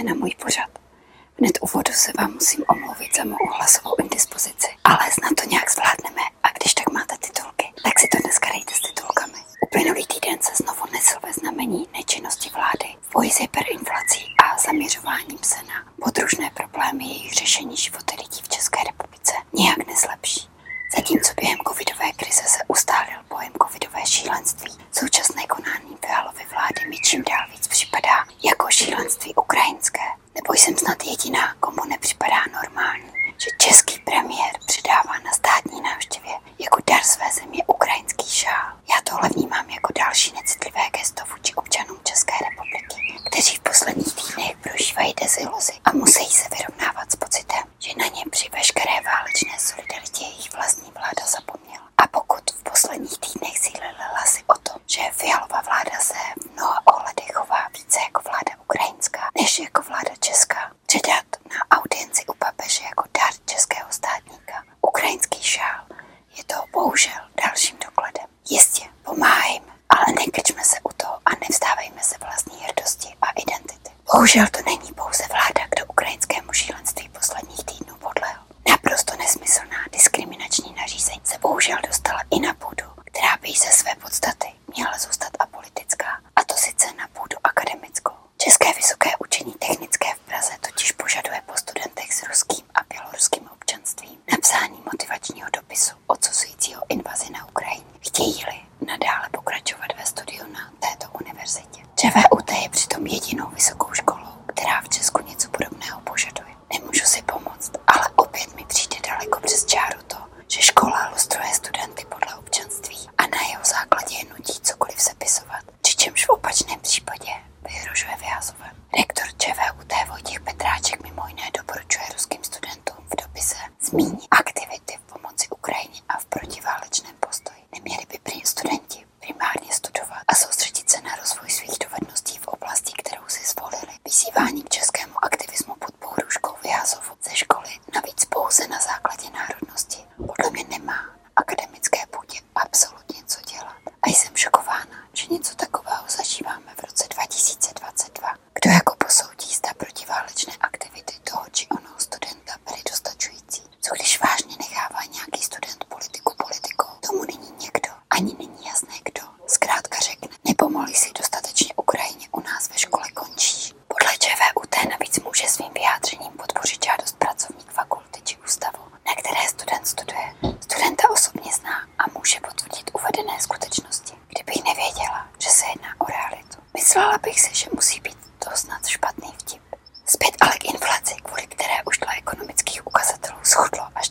na můj pořad. Hned úvodu se vám musím omluvit za mou hlasovou indispozici, ale snad to nějak zvládneme a když tak máte titulky, tak si to dneska dejte s titulkami. Uplynulý týden se znovu nesl ve znamení nečinnosti vlády v boji s hyperinflací a zaměřováním se na podružné problémy jejich řešení životy lidí v České republice nijak nezlepší. Zatímco během covidové krize se ustálil pojem covidové šílenství, současné konání Fialovy vlády mi čím dál víc připadá jako šílenství ukrajinské. Nebo jsem snad jediná, komu nepřipadá normální, že český premiér předává na státní návštěvě jako dar své země ukrajinský šál. Já tohle vnímám jako další necitlivé gesto vůči občanům České republiky, kteří v posledních týdnech prožívají deziluzi a musí se vyrovnávat s pocitem, že na ně při veškeré válečné solidaritě jejich vlastní vláda zapomněla. A pokud v posledních týdnech sílily hlasy o tom, že Fialova vláda se v mnoha ohledech chová více jako vláda ukrajinská, než jako vláda česká, předat na audienci u papeže jako dar českého státníka ukrajinský šál je to bohužel dalším dokladem. Jistě, pomáhejme, ale nekrčme se u toho a nevzdávejme se vlastní hrdosti a identity. Bohužel to není pouze vláda, kdo ukrajinskému šílenství posledních týdnů podlehl. Naprosto nesmyslná diskriminační nařízení se bohužel dostala i na půdu, která by ze své podstaty měla zůstat apolitická, a to sice na půdu akademickou. České vysoké učení technické v Praze totiž požaduje po studentech s ruským a běloruským občanstvím napsání motivačního dopisu odsuzujícího invazi na Ukrajině. Chtějí-li nadále pokračovat ve studiu na této univerzitě. ČVUT je přitom jedinou vysokou školou, která v Česku něco podobného požaduje. Nemůžu si pomoct, ale opět mi přijde daleko přes čáru to, že škola lustruje studenty podle občanství a na jeho základě je nutí cokoliv sepisovat, přičemž v opačném případě vyhrožuje vyhazovem. Rektor ČVUT Vojtěch Petráček mimo jiné doporučuje ruským studentům v dopise zmínit aktivity v pomoci Ukrajině a v protiválečném postoji. Neměli by studenti primárně studovat a soustředit se na rozvoj svých dovedností v oblasti, kterou si zvolili. Vyzývání k českému aktivismu pod pohrůžkou vyhazovu ze školy, navíc pouze na základě národnosti, podle mě nemá na akademické půdě absolutně co dělat. A jsem šokována, že něco takového zažíváme v roce 2022. Kdo jako posoudí, zda protiválečné aktivity toho či onoho studenta byly dostačující? Co když vážně nechává nějaký student politiku politikou? Tomu není někdo, ani není jasné kdo. Zkrátka řekne, nepomohli si dostatečně Ukrajině, u nás ve škole končí. Podle ČVUT navíc může svým vyjádřením podpořit žádost pracovník fakulty či ústavu, na které student studuje. Studenta osobně zná a může potvrdit uvedené skutečnosti. Kdybych nevěděla, že se jedná o realitu, myslela bych si, že musí být to snad špatný vtip. Zpět ale k inflaci, kvůli které už dle ekonomických ukazatelů schudlo až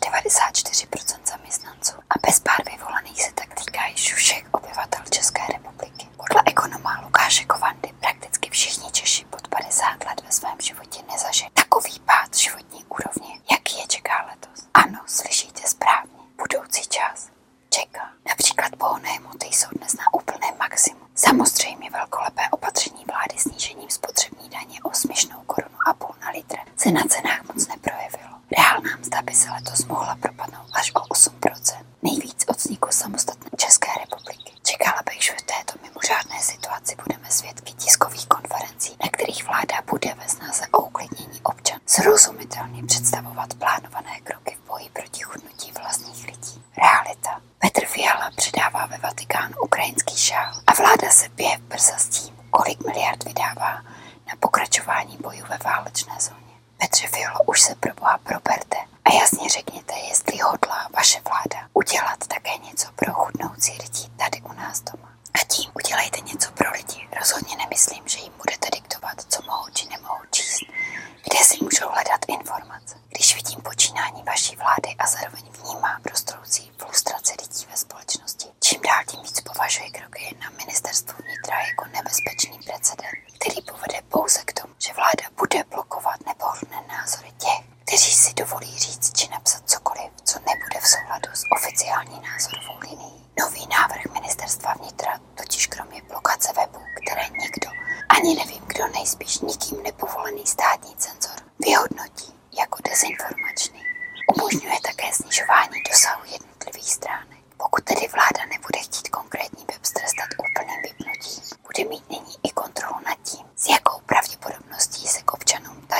94% zaměstnanců a bez pár vyvolaných se tak týká již všech obyvatel České republiky. Podle ekonoma Lukáše Kovandy prakticky všichni Češi pod 50 let ve svém životě nezažili takový pád životní úrovně, jaký je čeká letos. Ano, slyšíte správně, budoucí čas čeká. Například pohonné hmoty jsou dnes na úplném maximu. Samozřejmě velkolepé opatření vlády snížením spotřební daně o směšnou 1,5 korunu na litr se na cenách moc neprojevilo. Reálná mzda by se letos mohla propadnout až o 8%. Nejvíc od vzniku samostatné České republiky. Čekala bych, že v této mimořádné situaci budeme svědky tiskových konferencí, na kterých vláda bude ve snaze o uklidnění občanů srozumitelně představovat plánované kroky v boji proti chudnutí vlastních lidí. Realita. Petr Fiala předává ve Vatikánu ukrajinský šál a vláda se bije v prsa s tím, kolik miliard vydává na pokračování bojů ve válečné zóně. Petře Fialo, už se pro Boha proberte a jasně řekněte, jestli hodlá vaše vláda udělat také něco pro chudnoucí lidi tady u nás doma. A tím udělejte něco pro lidi. Rozhodně nemyslím, že jim budete diktovat, co mohou či nemohou číst, kde si můžou hledat informace. Když vidím počínání vaší vlády a zároveň vnímám rostoucí frustraci lidí ve společnosti, čím dál tím víc považuji kroky na ministerstvu vnitra jako nebezpečný precedent, který povede pouze k tomu, že vláda bude blokovat nepohodlné názory těch, kteří si dovolí říct či napsat cokoliv, co nebude v souladu s oficiální názorovou linií. Nový návrh ministerstva vnitra totiž kromě blokace webu, které nikdo, ani nevím kdo, nejspíš nikým nepovolený státní cenzor, vyhodnotí jako dezinformační. Umožňuje také snižování dosahu jednotlivých stránek. Pokud tedy vláda nebude chtít konkrétní web trestat úplným vypnutím, bude mít nyní i kontrolu nad tím, s jakou pravděpodobností se k občanům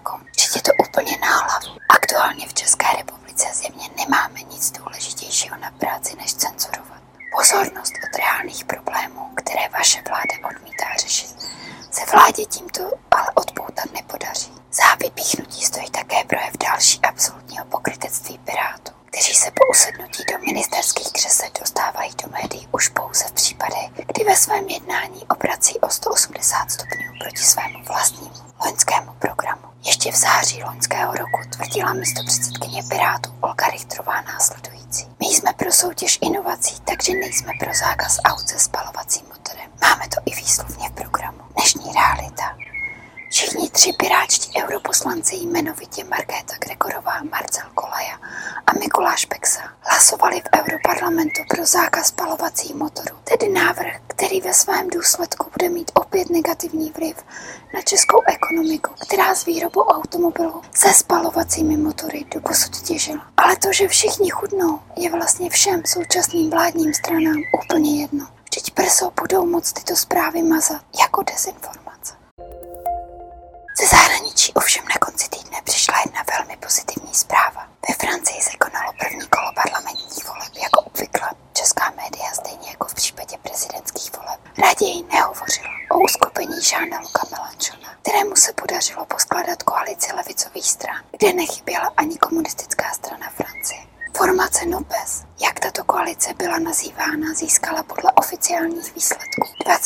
zákon. Vždyť je to úplně na hlavu. Aktuálně v České republice zjevně nemáme nic důležitějšího na práci, než cenzurovat. Pozornost od reálných problémů, které vaše vláda odmítá řešit, se vládě tímto ale odpoutat nepodaří. Za vypíchnutí stojí také projev další absolutního pokrytectví Pirátů, kteří se po usednutí do ministerských křesel dostávají do médií už pouze v případech, kdy ve svém jednání obrací o 180 stupňů proti svému vlastnímu loňskému programu. Ještě v září loňského roku tvrdila místopředsedkyně Pirátů Olga Richterová následující. My jsme pro soutěž inovací, takže nejsme pro zákaz aut se spalovacím motorem. Máme to i výslovně v programu. Dnešní realita. Všichni 3 pirátští europoslanci, jmenovitě Markéta Gregorová, Marcel Kolaja a Mikuláš Peksa, hlasovali v Europarlamentu pro zákaz spalovacích motorů, tedy návrh, který ve svém důsledku bude mít opět negativní vliv na českou ekonomiku, která s výrobou automobilů se spalovacími motory doposud těžila. Ale to, že všichni chudnou, je vlastně všem současným vládním stranám úplně jedno. Vždyť prso budou moct tyto zprávy mazat jako dezinformace. Ze zahraničí ovšem na konci týdne přišla jedna velmi pozitivní zpráva. Ve Francii se konalo první kolo parlamentních voleb, jako obvykle. Česká média, stejně jako v případě prezidentských voleb, raději nehovořila o uskupení Jeana-Luca Mélenchona, kterému se podařilo poskládat koalici levicových stran, kde nechyběla ani komunistická strana Francie. Formace NUPES, jak tato koalice byla nazývána, získala podle oficiálních výsledků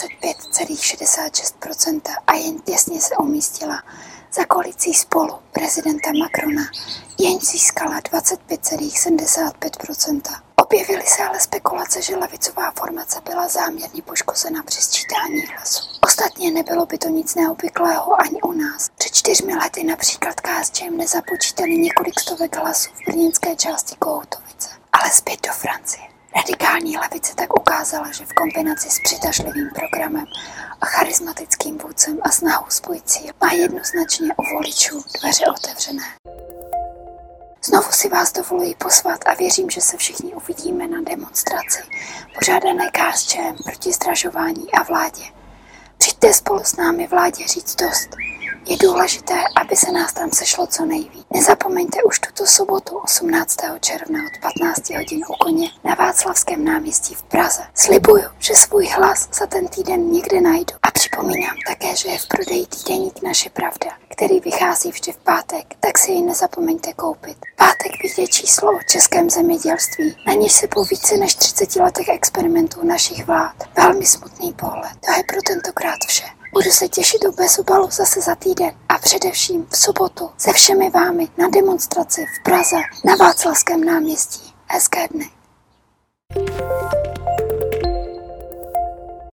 25,66% a jen těsně se umístila za koalicí Spolu prezidenta Macrona, jenž získala 25,75%. Objevily se ale spekulace, že levicová formace byla záměrně poškozena při sčítání hlasů. Ostatně nebylo by to nic neobvyklého ani u nás. Před 4 lety například KSČM nezapočítali několik stovek hlasů v brněnské části Kohoutovice. Ale zpět do Francie. Radikální levice tak ukázala, že v kombinaci s přitažlivým programem a charismatickým vůdcem a snahou spojit síly má jednoznačně u voličů dveře otevřené. Znovu si vás dovoluji pozvat a věřím, že se všichni uvidíme na demonstraci pořádané KSČM proti zdražování a vládě. Přijďte spolu s námi vládě říct dost. Je důležité, aby se nás tam sešlo co nejvíc. Nezapomeňte už tuto sobotu 18. června od 15 hodin u Koně na Václavském náměstí v Praze. Slibuju, že svůj hlas za ten týden někde najdu. A připomínám také, že je v prodeji týdeník Naše pravda, který vychází vždy v pátek, tak si jej nezapomeňte koupit. Pátek vyjde číslo o českém zemědělství, na něž se po více než 30 letech experimentů našich vlád velmi smutný pohled. To je pro tentokrát vše. Budu se těšit do Bezobalu zase za týden a především v sobotu se všemi vámi na demonstraci v Praze na Václavském náměstí. Hezké dny.